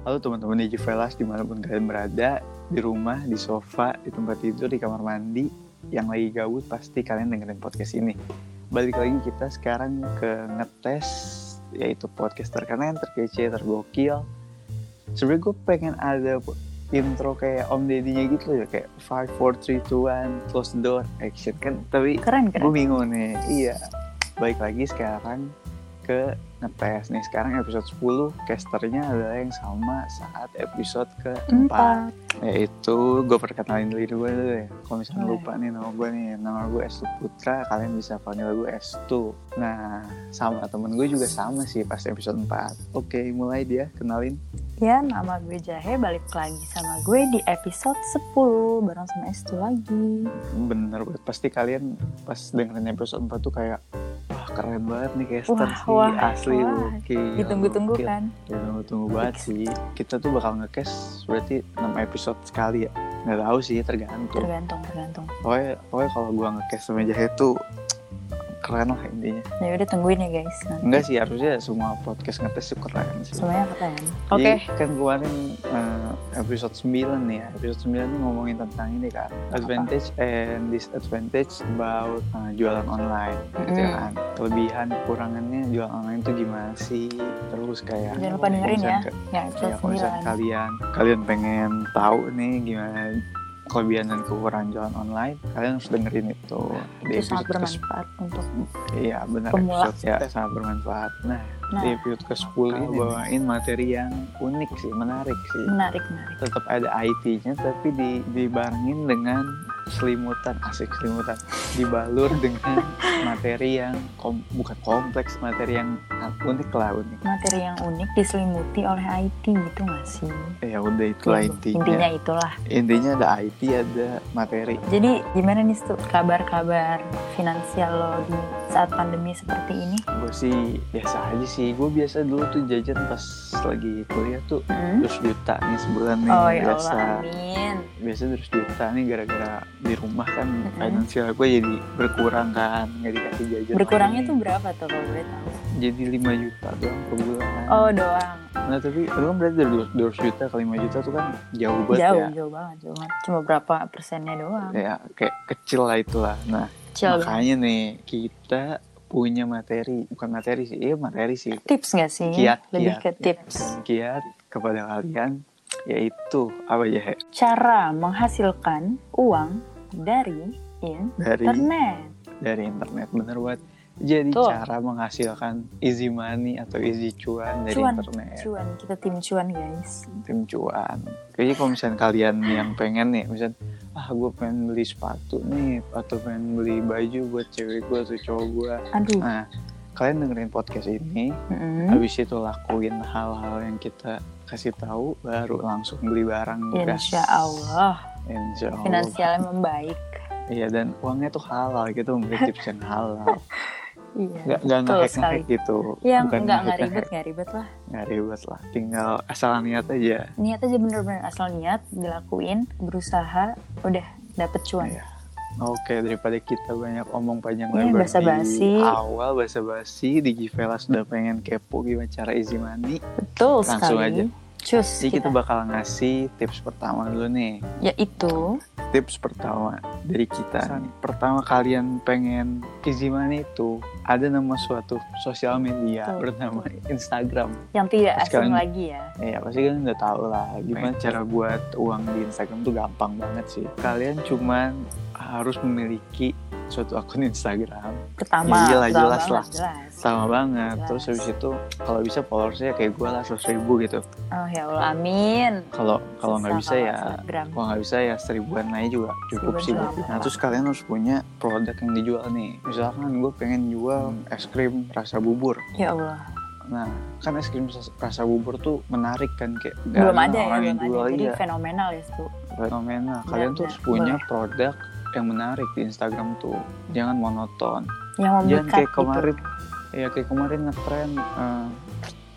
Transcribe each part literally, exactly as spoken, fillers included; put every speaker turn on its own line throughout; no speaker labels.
Halo teman-teman di Givelas dimanapun kalian berada, di rumah, di sofa, di tempat tidur, di kamar mandi, yang lagi gabut pasti kalian dengerin podcast ini. Balik lagi kita sekarang ke ngetes, yaitu podcast terkeren, terkece, tergokil. Sebenernya gue pengen ada intro kayak Om Deddy-nya gitu ya, kayak five, four, three, two, one, close the door, action kan. Tapi
keren, keren.
gue bingung nih, iya. Balik lagi sekarang ke ngetes nih. Sekarang episode sepuluh, casternya adalah yang sama saat episode keempat, yaitu gue perkenalin diri gue dulu ya. Kalau misalnya
Boleh.
lupa nih nama gue nih, nama gue Estu Putra, kalian bisa panggil gue Estu. Nah, sama temen gue juga sama sih pas episode empat. Oke, mulai dia, kenalin.
Ya, nama gue Jahe, balik lagi sama gue di episode sepuluh bareng sama Estu lagi.
Bener banget, pasti kalian pas dengerin episode empat tuh kayak wah keren banget nih caster
Wah,
sih,
wah,
asli
wah.
gokil.
Ditunggu-tunggu
Gokil.
kan.
Ditunggu-tunggu banget sih. Kita tuh bakal nge-cast berarti enam episode sekali ya. Nggak tahu sih, tergantung.
Tergantung, tergantung.
Pokoknya, pokoknya kalau gua nge-cast sama Jahe tuh keren lah intinya.
Ya udah tungguin ya guys. Nanti.
Enggak sih, harusnya semua podcast nge-test tuh keren sih.
Semuanya keren.
Jadi,
Oke.
kan kemarin uh, episode sembilan nih ya. Episode sembilan nih ngomongin tentang ini kan, advantage and disadvantage about uh, jualan online, gitu
Mm.
kan. Kelebihan, kekurangannya jualan online tuh gimana sih? Terus kayak
Jangan lupa dengerin
kalau
ya.
misalkan-
Ya,
ya,
episode
kalau misalkan
sembilan.
kalian kalian pengen tahu nih gimana kelebihan dan kekurangan jualan online, kalian harus dengerin itu di
Itu sangat
episode ke
bermanfaat untuk
Iya benar,
Pemula.
episode ya sangat bermanfaat. Nah,
Nah.
di episode ke sepuluh ini bawain materi yang unik sih, menarik sih.
menarik, menarik.
Tetap ada I T-nya tapi di, dibarengin dengan selimutan, asik selimutan, dibalur dengan materi yang kom, bukan kompleks, materi yang unik lah, unik.
Materi yang unik diselimuti oleh I T gitu nggak sih?
Ya udah itulah
Ya,
intinya.
Intinya itulah.
Intinya ada I T, ada materi.
Jadi gimana nih Stu, kabar-kabar finansial lo di saat pandemi seperti ini?
Gue sih biasa aja sih. Gue biasa dulu tuh jajan pas lagi kuliah tuh
Hmm?
terus juta nih sebulan nih.
Oh ya
biasa.
Allah, amin.
Biasa terus juta nih gara-gara di rumah kan
Mm-mm.
finansial gue jadi berkurang kan, nggak dikasih jajan.
Berkurangnya
lagi.
tuh berapa tuh kalau boleh tahu?
Jadi lima juta doang per bulan.
Oh doang.
Nah tapi lu kan berarti dari dua ratus juta ke lima juta tuh kan jauh banget
Jauh,
ya.
jauh banget, jauh banget. Cuma berapa persennya doang.
Ya kayak kecil lah itulah. Nah
Kecil banget.
makanya nih kita punya materi, bukan materi sih, iya materi sih.
Tips nggak sih?
Kiat,
Lebih
kiat.
ke tips.
Kiat kepada kalian, yaitu apa ya?
Cara menghasilkan uang dari
Dari
internet.
dari internet, bener banget. Jadi
Tuh.
cara menghasilkan easy money atau easy cuan dari
Cuan,
internet.
cuan. Kita tim cuan guys.
Tim cuan. Kayaknya kalau misalnya kalian yang pengen nih, misalnya ah gue pengen beli sepatu nih, atau pengen beli baju buat cewek gue atau cowok gue.
Aduh.
Nah, kalian dengerin podcast ini,
Mm-mm.
habis itu lakuin hal-hal yang kita kasih tahu, baru langsung beli barang. gas.
Insya Allah.
Insya Allah.
Finansialnya membaik.
Iya, dan uangnya tuh halal gitu, memberi tips yang halal.
Iya.
Nggak nggak
betul
nge-hack
sekali.
nge-hack gitu.
Yang
Bukan
nggak nggak
nge-hack,
ribet nggak ribet lah.
nggak ribet lah. Tinggal asal niat aja.
Niat aja bener-bener asal niat dilakuin, berusaha, udah dapet cuan.
Iya. Oke, daripada kita banyak omong panjang
Iya,
lebar
basa-basi.
di awal, basa-basi, di Givelas sudah pengen kepo gimana cara easy money.
Betul
Langsung
sekali.
aja.
Cus
Jadi kita
kita.
bakal ngasih tips pertama dulu nih.
Yaitu
Tips pertama dari kita nih. Pertama kalian pengen easy money itu ada nama suatu sosial media
Betul,
bernama Instagram.
yang tidak
Pasti
asing
kalian-
lagi ya.
Ya pasti kalian udah tahu lah gimana cara buat uang di Instagram tuh gampang banget sih. Kalian cuman harus memiliki suatu akun Instagram.
Pertama,
Ya, iyalah,
pertama
jelas
banget,
lah.
jelas.
Sama banget.
Jelas.
Terus habis itu kalau bisa followersnya kayak gue lah seratus ribu gitu.
Oh ya Allah, amin.
Kalau kalau nggak
Susah
bisa
kalau
ya
selebgram.
kalau nggak bisa ya seribuan aja juga cukup
Seribuan
sih.
juga
buat-
apa-apa.
Nah terus kalian harus punya produk yang dijual nih. Misalkan gue pengen jual es krim rasa bubur.
Ya Allah.
Nah kan es krim rasa, rasa bubur tuh menarik kan, kayak
Belum
nggak
ada ya,
orang yang
belum
jual
ada. Jadi
iya.
fenomenal ya, Stu.
Fenomenal. Kalian tuh
Benar,
harus punya
boleh.
produk yang menarik di Instagram tuh. Jangan monoton.
Yang
Jangan
memikat
kayak
gitu.
kemarin, ya kayak kemarin ngetren uh,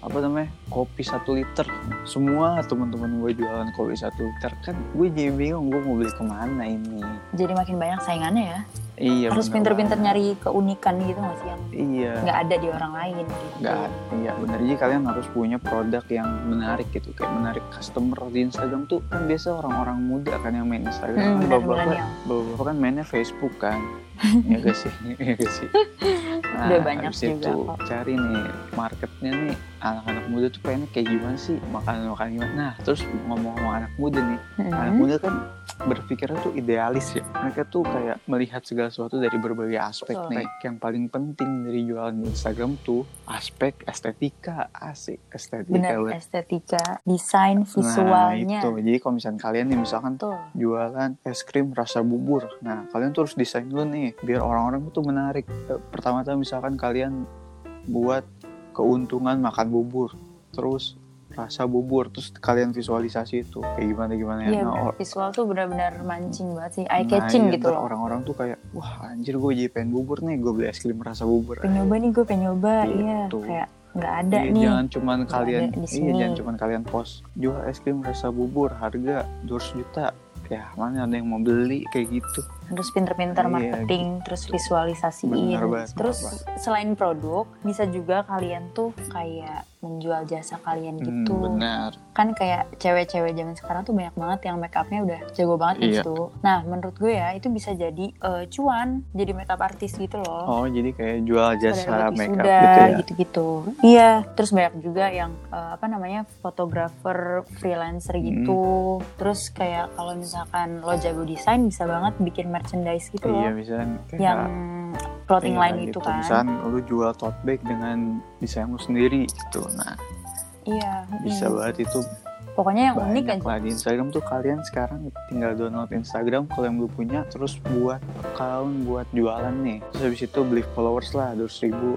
apa namanya kopi satu liter. Semua teman-teman gue jualan kopi satu liter, kan gue jadi bingung gue mau beli kemana ini.
Jadi makin banyak saingannya ya.
Iya,
harus pinter-pinter nyari keunikan gitu nggak sih yang
iya.
nggak ada di orang lain gitu.
Nggak, iya benar. Jadi kalian harus punya produk yang menarik gitu, kayak menarik customer di Instagram tuh kan biasa orang-orang muda kan yang main Instagram.
Hmm,
kan bapak-bapak, bapak kan mainnya Facebook kan. Ya gak sih, ya gak sih. Nah,
udah banyak
habis
juga
itu
kok.
Cari nih marketnya nih, anak-anak muda tuh pengen kayak gimana sih, makanan-makanan gimana. Nah terus ngomong-ngomong anak muda nih, hmm. anak muda kan berpikirnya tuh idealis ya. Mereka tuh kayak melihat segala sesuatu dari berbagai aspek. So, nih yang paling penting dari jualan di Instagram tuh aspek estetika. Asik, estetika.
Bener, buat. Estetika, desain visualnya.
Nah itu, jadi kalau misalkan kalian nih misalkan tuh jualan es krim rasa bubur, nah kalian tuh harus desain dulu nih biar orang-orang tuh menarik. Pertama-tama misalkan kalian buat keuntungan makan bubur, terus rasa bubur, terus kalian visualisasi itu kayak gimana gimana ya.
Iya,
nah,
visual tuh benar-benar mancing banget sih, eye catching nah, gitu
loh. Orang-orang tuh kayak wah anjir gue jadi pengen bubur nih, gue beli es krim rasa bubur.
Pengen nyoba nih, gue pengen nyoba. Gitu. Iya, kayak nggak ada
iya,
nih.
Jangan cuman kalian, iya jangan cuman kalian post jual es krim rasa bubur harga dua ratus juta. Ya mana ada yang mau beli kayak gitu.
Terus pinter-pinter marketing, iya, terus visualisasiin.
Banget,
terus bener. Selain produk, bisa juga kalian tuh kayak menjual jasa kalian gitu.
Hmm, benar.
Kan kayak cewek-cewek zaman sekarang tuh banyak banget yang make upnya udah jago banget
iya.
gitu. Nah menurut gue ya itu bisa jadi uh, cuan, jadi make up artis gitu loh.
Oh jadi kayak jual jasa make up
gitu
ya?
Gitu-gitu. Iya. Terus banyak juga yang uh, apa namanya fotografer freelancer gitu. Hmm. Terus kayak kalau misalkan lo jago desain bisa banget bikin merchandise gitu loh.
Iya bisa kayak
yang clothing
iya,
line
gitu.
itu kan.
Misalkan lu jual tote bag dengan desain lu sendiri gitu. Nah
iya
bisa hmm. banget itu.
Pokoknya yang unik aja
lah di Instagram tuh. Kalian sekarang tinggal download Instagram kalau yang belum punya, terus buat account buat jualan nih. Terus habis itu beli followers lah dua ratus ribu.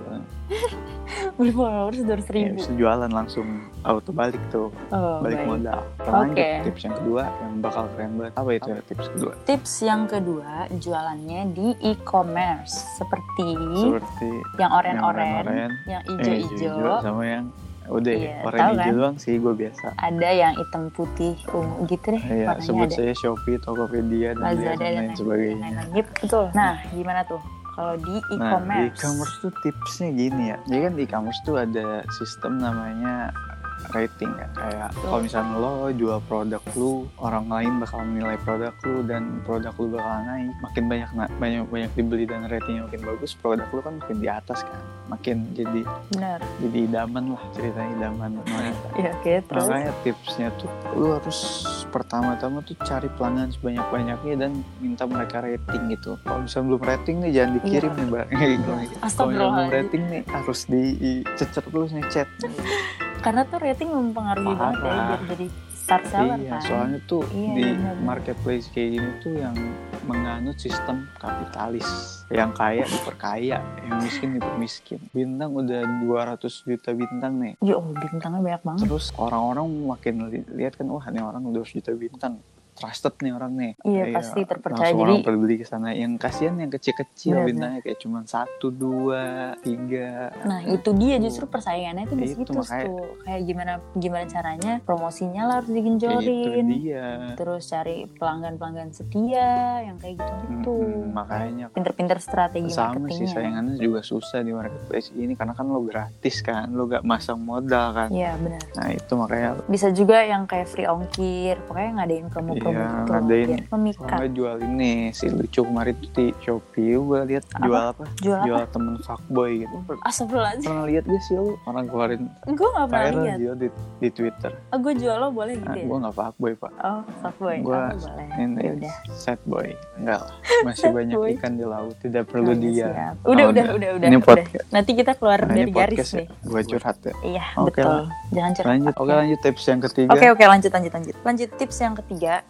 Beli followers dua ratus ribu.
Ya, bisa jualan langsung auto balik tuh.
Oh,
balik
baik.
modal.
Oke. Okay.
Tips yang kedua yang bakal keren banget. Apa itu ya tips kedua?
Tips yang kedua jualannya di e-commerce seperti,
seperti
yang oren-oren, yang ijo-ijo,
eh, sama yang udah
iya,
oren hijau
kan?
doang sih gue biasa.
Ada yang hitam putih ungu gitu deh.
Iya, sebut
ada.
saya Shopee, Tokopedia dan
Lazada dan
lain sebagainya.
Lain-lain. Betul. Nah, gimana tuh? Kalau di e-commerce.
Nah, di e-commerce tuh tipsnya gini ya. Jadi kan di e-commerce tuh ada sistem namanya rating ya. Kayak kalau misalnya lo jual produk lu, orang lain bakal menilai produk lu dan produk lu bakal naik. Makin banyak banyak banyak dibeli dan ratingnya makin bagus, produk lu kan makin di atas kan. Makin jadi
benar.
Jadi idaman lah ceritanya, idaman wanita.
Iya, oke, okay, terus
makanya tipsnya tuh lu harus pertama-tama tuh cari pelanggan sebanyak-banyaknya dan minta mereka rating gitu. Kalau misalnya belum rating nih jangan dikirim iya. nih, Mbak. Kalau belum rating nih harus dicecer terus nih chat.
Karena tuh rating mempengaruhi
Parah.
banget ya biar jadi star seller
iya,
kan.
Soalnya tuh
iya,
di
bener.
marketplace kayak gini tuh yang menganut sistem kapitalis. Yang kaya diperkaya, yang miskin dipermiskin. Bintang udah dua ratus juta bintang nih.
Ya oh, bintangnya banyak banget.
Terus orang-orang makin li- lihat kan, wah ini orang dua ratus juta bintang. Trusted nih orang nih.
Iya, iya pasti terpercaya.
Langsung
jadi
orang berbeli ke sana. Yang kasihan yang kecil-kecil
bener,
bintangnya kayak cuma satu, dua, tiga.
Nah itu dia justru persaingannya itu di situ
makanya,
tuh. Kayak gimana gimana caranya promosinya lah harus digenjorin.
Itu dia.
Terus cari pelanggan-pelanggan setia yang kayak gitu-gitu.
Hmm, makanya
pinter-pinter strategi
sama
marketingnya.
Sama sih sayangannya juga susah di marketplace ini karena kan lo gratis kan, lo gak masang modal kan.
Iya benar.
Nah itu makanya
bisa juga yang kayak free ongkir, pokoknya ngadain promo
Iya,
gitu
ngadain
memikat.
Kalau jual ini si lucu kemarin tuh di Shopee gue lihat jual apa?
Jual,
jual
apa?
temen fuckboy gitu.
Astagfirullahaladzim.
Pernah lihat gak sih lu orang keluarin?
Gue nggak pernah lihat.
Jual di, di Twitter.
Oh, gue jual lo boleh gitu
nah,
ya?
Gue nggak fuckboy pak.
Oh fuckboy.
Gue
oh, boleh.
Ini
udah.
Sad boy. Enggak lah. Masih banyak
boy.
Ikan di laut. Tidak perlu
oh,
dia.
Siap. Udah, oh, udah, udah, udah.
Ini
podcast. Nanti kita keluar
nah,
dari garis
ya.
nih.
Gue curhat ya.
Iya
okay
betul.
Lah.
Jangan curhat.
Lanjut. Oke okay, lanjut tips yang ketiga.
Oke okay, oke okay, lanjut lanjut lanjut. Lanjut tips yang ketiga.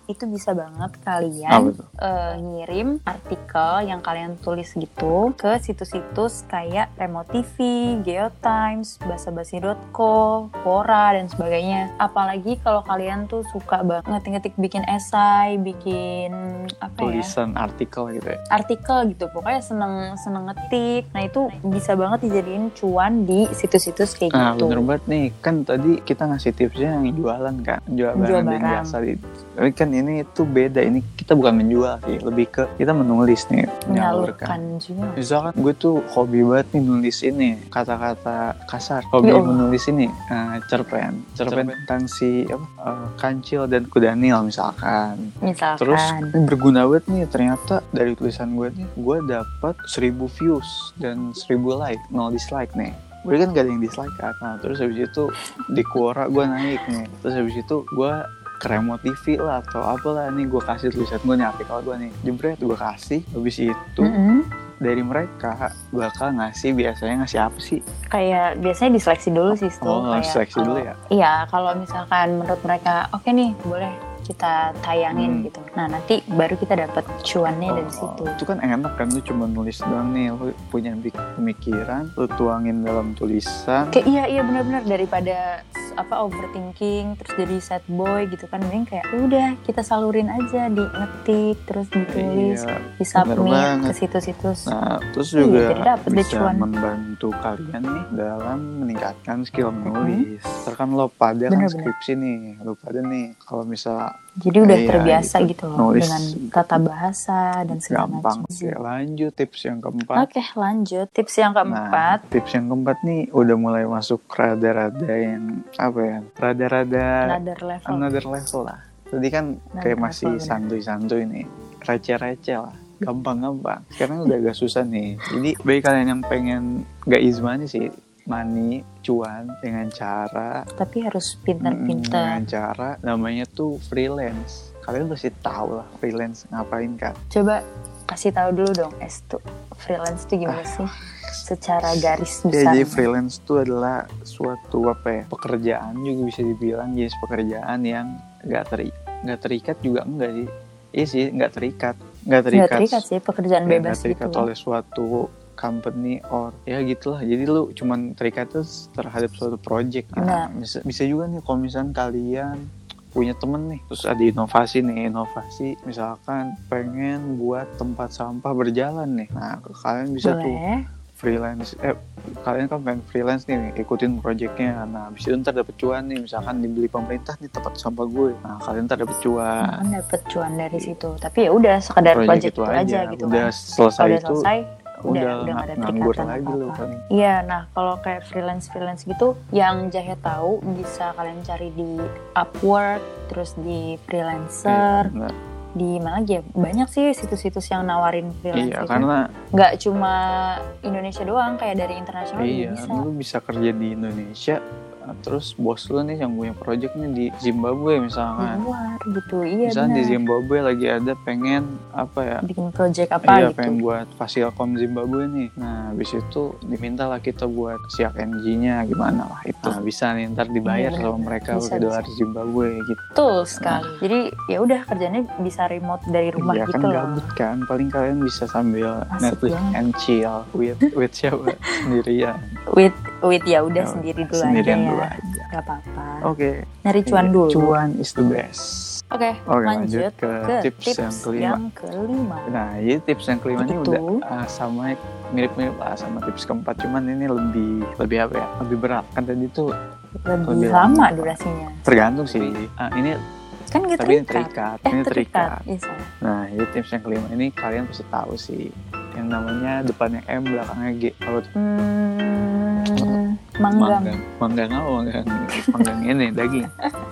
itu bisa banget
Apa
kalian
tuh?
uh, ngirim artikel yang kalian tulis gitu ke situs-situs kayak Remote T V, Geotimes, basabasi dot co, Quora dan sebagainya. Apalagi kalau kalian tuh suka banget ngetik-ngetik bikin esai, bikin apa ya?
Tulisan artikel gitu ya.
Artikel gitu, pokoknya seneng seneng ngetik. Nah itu bisa banget dijadiin cuan di situs-situs kayak
Nah,
gitu.
bener banget nih. Kan tadi kita ngasih tipsnya yang jualan kan, jual barang
Jual
dan
barang.
jasa. Tapi kan ini tuh beda. Ini kita bukan menjual sih, lebih ke kita menulis nih,
Menyalurkan juga.
Misalkan gue tuh hobi banget nih nulis ini kata-kata kasar, hobi
Ya Allah.
menulis ini uh, cerpen, cerpen tentang si apa, uh, Kancil dan Kudanil misalkan.
Misalkan.
Terus ini berguna banget nih, ternyata dari tulisan gue nih gue dapat seribu views dan seribu like, nol dislike nih. Berarti kan gak ada yang dislike kan. Nah terus habis itu di Quora gue naik nih. Terus habis itu gue ke Remote T V lah atau apalah nih, gue kasih tulisan gue nih, artikel gue nih, jebret gue kasih. Habis itu
Mm-mm.
dari mereka bakal ngasih, biasanya ngasih apa sih?
Kayak biasanya diseleksi dulu sih tuh.
Oh,
kayak
seleksi
kalau,
dulu ya?
Iya, kalau misalkan menurut mereka oke nih boleh kita tayangin
Hmm.
gitu. Nah nanti baru kita dapat cuannya dari situ.
Itu kan enak kan, lu cuma nulis doang nih, lu punya pemikiran, lu tuangin dalam tulisan.
Kayak iya iya benar-benar, daripada apa overthinking terus jadi sad boy gitu kan, mending kayak udah kita salurin aja, di ngetik terus ditulis,
Iya,
di submit
banget.
ke situs-situs.
Nah, terus
Iya,
juga
jadi dapet deh
bisa
cuan.
membantu kalian nih dalam meningkatkan skill menulis. Terus kan lo pada kan
Bener-bener.
skripsi nih, lo pada nih kalau misal
Jadi udah
Iya,
terbiasa
gitu.
gitu loh
Nulis
dengan tata bahasa dan segala
gampang.
macam.
Oke, lanjut tips yang keempat.
Oke, lanjut. Tips yang keempat.
Nah, tips yang keempat nih udah mulai masuk rada-rada yang apa ya? Rada-rada
Another level.
another level lah. Tadi kan
Another
kayak
level,
masih
bener.
santuy-santuy nih, receh-receh lah, gampang-gampang. Sekarang udah agak susah nih. Jadi bagi kalian yang pengen gak izmani sih, money, cuan dengan cara
Tapi harus
mm,
pintar-pintar.
dengan cara namanya tuh freelance. Kalian pasti tahu lah freelance ngapain kan?
Coba kasih tahu dulu dong, Es tuh freelance tuh gimana sih? Secara garis
Ya,
besar.
jadi freelance itu adalah suatu apa ya, pekerjaan juga bisa dibilang, jenis pekerjaan yang nggak teri nggak terikat juga enggak sih, iya sih nggak terikat nggak terikat,
Nggak terikat sih, pekerjaan
ya,
bebas
nggak terikat
gitu.
oleh suatu company or ya gitulah. Jadi lu cuman terikat tuh terhadap suatu project. Nah, bisa bisa juga nih kalau misalnya kalian punya temen nih, terus ada inovasi nih, inovasi misalkan pengen buat tempat sampah berjalan nih. Nah, kalian bisa tuh
Boleh.
freelance, eh kalian kan pengen freelance nih, ikutin projectnya. Nah abis itu ntar dapet cuan nih, misalkan dibeli pemerintah nih tempat sampah gue, nah kalian ntar dapet cuan.
Kan dapet cuan dari situ. Tapi ya udah sekadar project, itu aja, gitu
udah
kan.
selesai
Kalau udah
itu
selesai,
udah,
udah udah
ng-
nggak ada
nganggur
terikatan
lagi lu
apa-apa.
kan.
Iya, nah kalau kayak freelance freelance gitu, yang Jahe tahu bisa kalian cari di Upwork, terus di freelancer,
Iya,
di mana lagi ya? Banyak sih situs-situs yang nawarin freelance
iya
gitu.
karena
Nggak cuma Indonesia doang, kayak dari internasional
iya
juga bisa.
lu bisa kerja di Indonesia, terus bos lu nih yang punya project nih di Zimbabwe
Di
misalkan.
luar gitu, iya
Misalnya di
benar.
Zimbabwe lagi ada pengen apa ya,
Bikin project apa
iya,
gitu.
pengen buat Fasilkom Zimbabwe nih. Nah, habis itu diminta lah kita buat siap N G-nya gimana lah itu. Nah, bisa nih ntar dibayar
Iya,
sama
benar.
mereka
Bisa,
pakai dolar Zimbabwe gitu.
Betul sekali. Jadi ya udah kerjanya bisa remote dari rumah
Iya
gitu
kan
loh.
gabut kan, paling kalian bisa sambil
Asik
Netflix
banget.
and chill with with siapa sendirian.
With with ya udah
Ya,
sendiri dulu
sendirian
aja
dulu
ya.
aja.
Gak apa-apa.
Oke.
Nyari cuan
Iya,
dulu.
Cuan is the best.
Oke,
Oke,
lanjut,
lanjut ke
ke
tips
tips,
yang kelima.
yang kelima.
Nah, jadi tips yang kelima ini
Itu.
udah uh, sama mirip-mirip lah sama tips keempat, cuman ini lebih lebih apa ya? Lebih berat. Kan tadi tuh
Lebih
Lebih
lama
lama.
durasinya.
tergantung sih. Ah, ini
Kan gak
tapi ini
terikat.
terikat,
Eh
ini
terikat.
terikat.
Iya, salah.
Nah, jadi tips yang kelima ini kalian pasti tahu sih. Yang namanya depannya M, belakangnya G. Apa tuh?
Hmm, manggang.
Manggang apa? Manggang, manggang ini daging.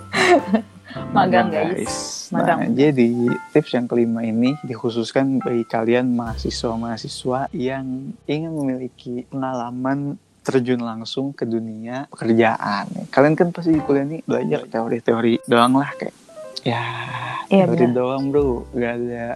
Magang, guys.
Nah,
Magang.
jadi tips yang kelima ini dikhususkan bagi kalian mahasiswa-mahasiswa yang ingin memiliki pengalaman terjun langsung ke dunia pekerjaan. Kalian kan pasti di kuliah nih belajar teori-teori doang lah, kayak ya
Iya,
teori
benar.
doang bro, gak ada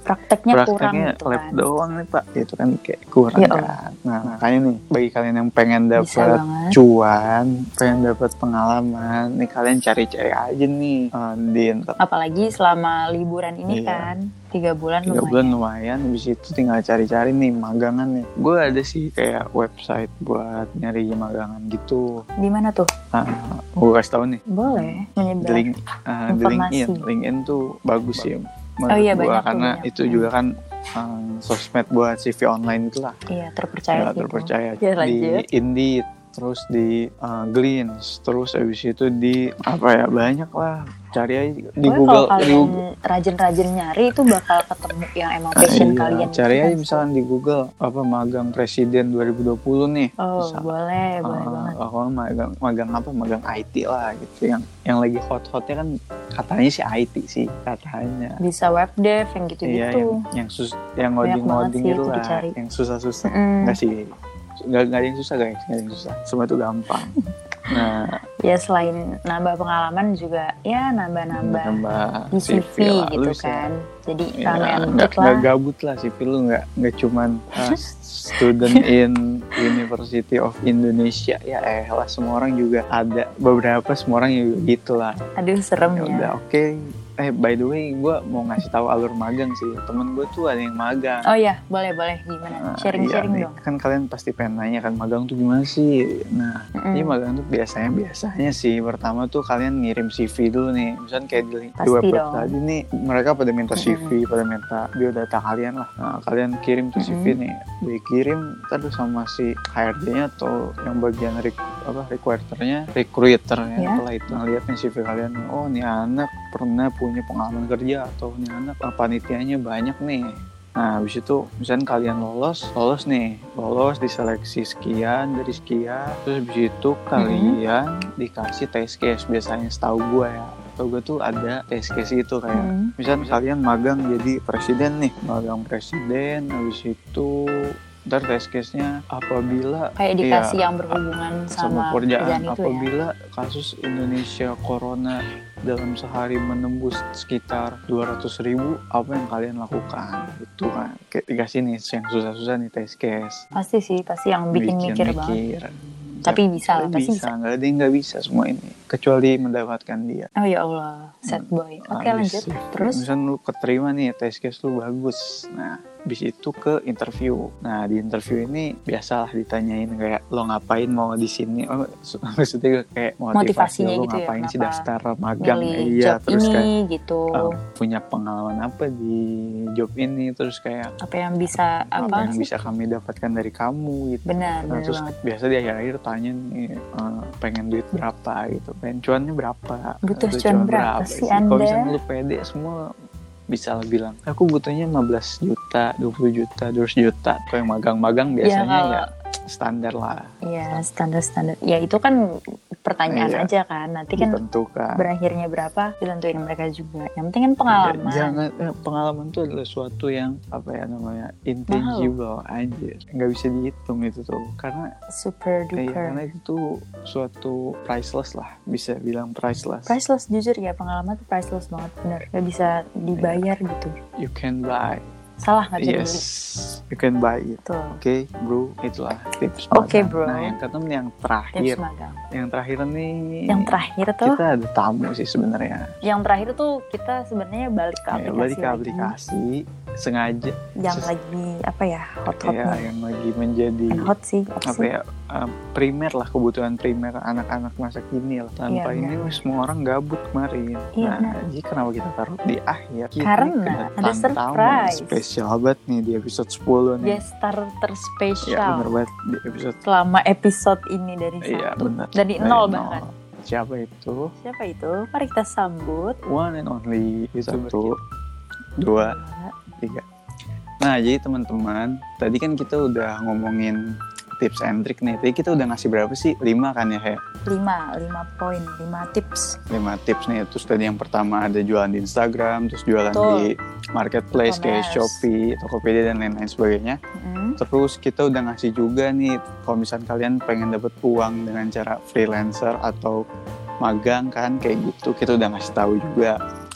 prakteknya, kurang
prakteknya
gitu
lab
kan.
doang nih Pak, itu kan kayak kurang
Ya
kan. Nah makanya nih bagi kalian yang pengen
Bisa
dapat
banget.
cuan, pengen dapat pengalaman, nih kalian cari-cari aja nih uh, di internet.
Apalagi selama liburan ini
Iya.
kan, tiga bulan
Tiga
lumayan.
bulan lumayan, habis itu tinggal cari-cari nih magangan nih. Gue ada sih kayak website buat nyari magangan gitu.
Di mana tuh?
Uh, gue kasih tahu nih.
Boleh menyebar.
Link, uh, di
informasi.
LinkedIn, LinkedIn tuh bagus sih. Menurut
Oh iya,
gua,
banyak tuh,
karena
banyak.
itu juga kan um, sosmed buat C V online itulah.
Iya, terpercaya
Ya,
sih.
terpercaya.
Ya, lanjut.
Di Indeed, terus di uh, Glints, terus habis itu di apa ya, banyak lah. Cari aja di
Pokoknya
Google.
kalau
Di
kalian
Google.
rajin-rajin nyari itu bakal ketemu yang emang passion
Iya,
kalian.
cari
gitu
aja
kan.
misalkan di Google apa magang presiden dua ribu dua puluh nih.
Oh,
Misal,
boleh, boleh
uh,
banget.
Aku magang magang apa? Magang I T lah gitu. Yang yang lagi hot-hotnya kan katanya sih I T sih katanya.
Bisa web dev yang gitu-gitu.
Iya, yang yang sus yang
Banyak
ngoding
banget
ngoding
sih
gitu
itu
lah,
dicari.
yang susah-susah.
Mm.
Enggak sih, nggak nggak ada yang susah guys, nggak ada yang susah. Semua itu gampang. Nah,
Ya selain nambah pengalaman juga ya nambah-nambah
nambah
di C V
lah. Lu
gitu
bisa-
kan. Jadi
Ya,
ramean
nggak
dikit lah.
nggak gabut lah C V lu, nggak nggak cuman ah, student in University of Indonesia ya, eh lah semua orang juga ada, beberapa semua orang juga gitu lah.
Aduh, serem
Ya
ya.
udah oke. Eh by the way, gue mau ngasih tahu alur magang sih. Temen gue tuh ada yang magang.
Oh iya, boleh-boleh. Gimana?
Nah,
Sharing-sharing
iya, nih,
dong.
kan kalian pasti pengen nanya kan magang tuh gimana sih. Nah,
Mm-mm.
ini magang tuh biasanya biasanya sih pertama tuh kalian ngirim C V dulu nih. Misalnya kayak di, di
Pasti
web web
dong.
tadi nih, mereka pada minta C V, pada minta biodata kalian lah. Nah, kalian kirim tuh C V
Mm-mm.
nih, dikirim terus sama si H R D-nya atau yang bagian rek, apa recruiter-nya, recruiter-nya,
Ya.
setelah itu ngeliatnya C V kalian. Oh, nih anak pernah punya pengalaman kerja atau nih anak ah, panitianya banyak nih. Nah, habis itu misalnya kalian lolos, lolos nih, lolos diseleksi sekian dari sekian, terus habis itu kalian dikasih test case biasanya setahu gue ya. Atau gue tuh ada test case gitu kayak,
Mm.
misalnya kalian magang jadi presiden nih, magang presiden, habis itu ntar test case-nya apabila
Kayak dikasih
ya,
yang berhubungan
sama
sama
pekerjaan,
kerjaan itu ya.
apabila kasus Indonesia Corona dalam sehari menembus sekitar dua ratus ribu, apa yang kalian lakukan gitu kan. Kayak dikasih nih yang susah-susah nih test case,
Pasti sih, pasti yang bikin mikir banget.
mikir.
Tapi bisa lah,
Tapi
pasti
bisa,
bisa.
nggak ada yang nggak bisa semua ini kecuali mendapatkan dia.
Oh ya Allah, sad boy. Oke,
Habis
lanjut.
itu,
Terus?
misalnya lu keterima nih, test case lu bagus. Nah, habis itu ke interview. Nah, di interview ini biasalah ditanyain kayak lo ngapain mau di sini. Oh, maksudnya kayak motivasi
Motivasinya
lo
gitu ya,
ngapain sih
kenapa
daftar magang.
Milih
Iya,
job
terus
ini
kayak
gitu.
uh, punya pengalaman apa di job ini, terus kayak
Apa yang bisa
apa,
apa,
yang
sih?
bisa kami dapatkan dari kamu gitu.
Benar,
Nah,
benar
terus
banget.
biasa di akhir-akhir tanya nih, uh, pengen duit berapa gitu, pengen cuannya berapa,
Butuh
Atau
cuan berapa sih
Kalau
Anda?
misalnya lu pede semua bisa lah bilang, aku butuhnya lima belas juta, dua puluh juta, dua ratus juta. Kalau yang magang-magang biasanya
kalau-
ya standar lah,
Iya, standar-standar. Ya itu kan pertanyaan
Iya.
aja kan. Nanti kan
ditentukan.
berakhirnya berapa ditentuin mereka juga. Yang penting kan pengalaman.
Jangan eh, pengalaman tuh adalah suatu yang apa ya namanya intangible aja, nggak bisa dihitung itu tuh, karena
Super
eh,
duper.
karena itu tuh suatu priceless lah, bisa bilang priceless.
Priceless, jujur ya, pengalaman tuh priceless banget, bener. Gak bisa dibayar gitu.
You can buy,
Salah gak bisa
yes,
dibeli.
you can buy it.
Tuh,
Oke, bro, itulah tips
Oke,
magang.
bro.
Nah, yang keenam yang
tips
terakhir,
magang.
yang terakhir nih,
Yang terakhir tuh,
kita ada tamu sih sebenarnya.
yang terakhir tuh kita sebenarnya balik ke
Ya,
aplikasi
balik ke
lagi.
aplikasi sengaja
Yang
Ses-
lagi apa ya,
ya
hot-hotnya.
yang lagi menjadi
Bukan hot sih, apa,
apa
sih?
ya uh, primer lah, kebutuhan primer anak-anak masa kini lah. Tanpa
Iya,
ini
benar.
semua orang gabut kemarin.
Iya,
Nah,
benar.
jadi kenapa kita taruh di akhir? Kita
Karena
nih
ada
kedatangan tamu
surprise.
spesial banget nih di episode sepuluh nih.
Guest starter
Ya
spesial
bener banget di episode.
selama episode ini dari
Iya
satu.
benar.
Dari nol bahkan.
Siapa itu?
Siapa itu? Mari kita sambut.
One and only. Satu, dua, tiga. Nah, jadi teman-teman, tadi kan kita udah ngomongin tips and trick nih. Tadi kita udah ngasih berapa sih? Lima kan ya, kayak
lima, lima poin, lima tips.
lima tips nih. Terus tadi yang pertama ada jualan di Instagram, terus jualan
Betul.
di marketplace kayak
E-commerce.
Shopee, Tokopedia dan lain-lain sebagainya.
Mm.
Terus kita udah ngasih juga nih, kalau misalnya kalian pengen dapat uang dengan cara freelancer atau magang kan kayak gitu, kita udah ngasih tahu juga.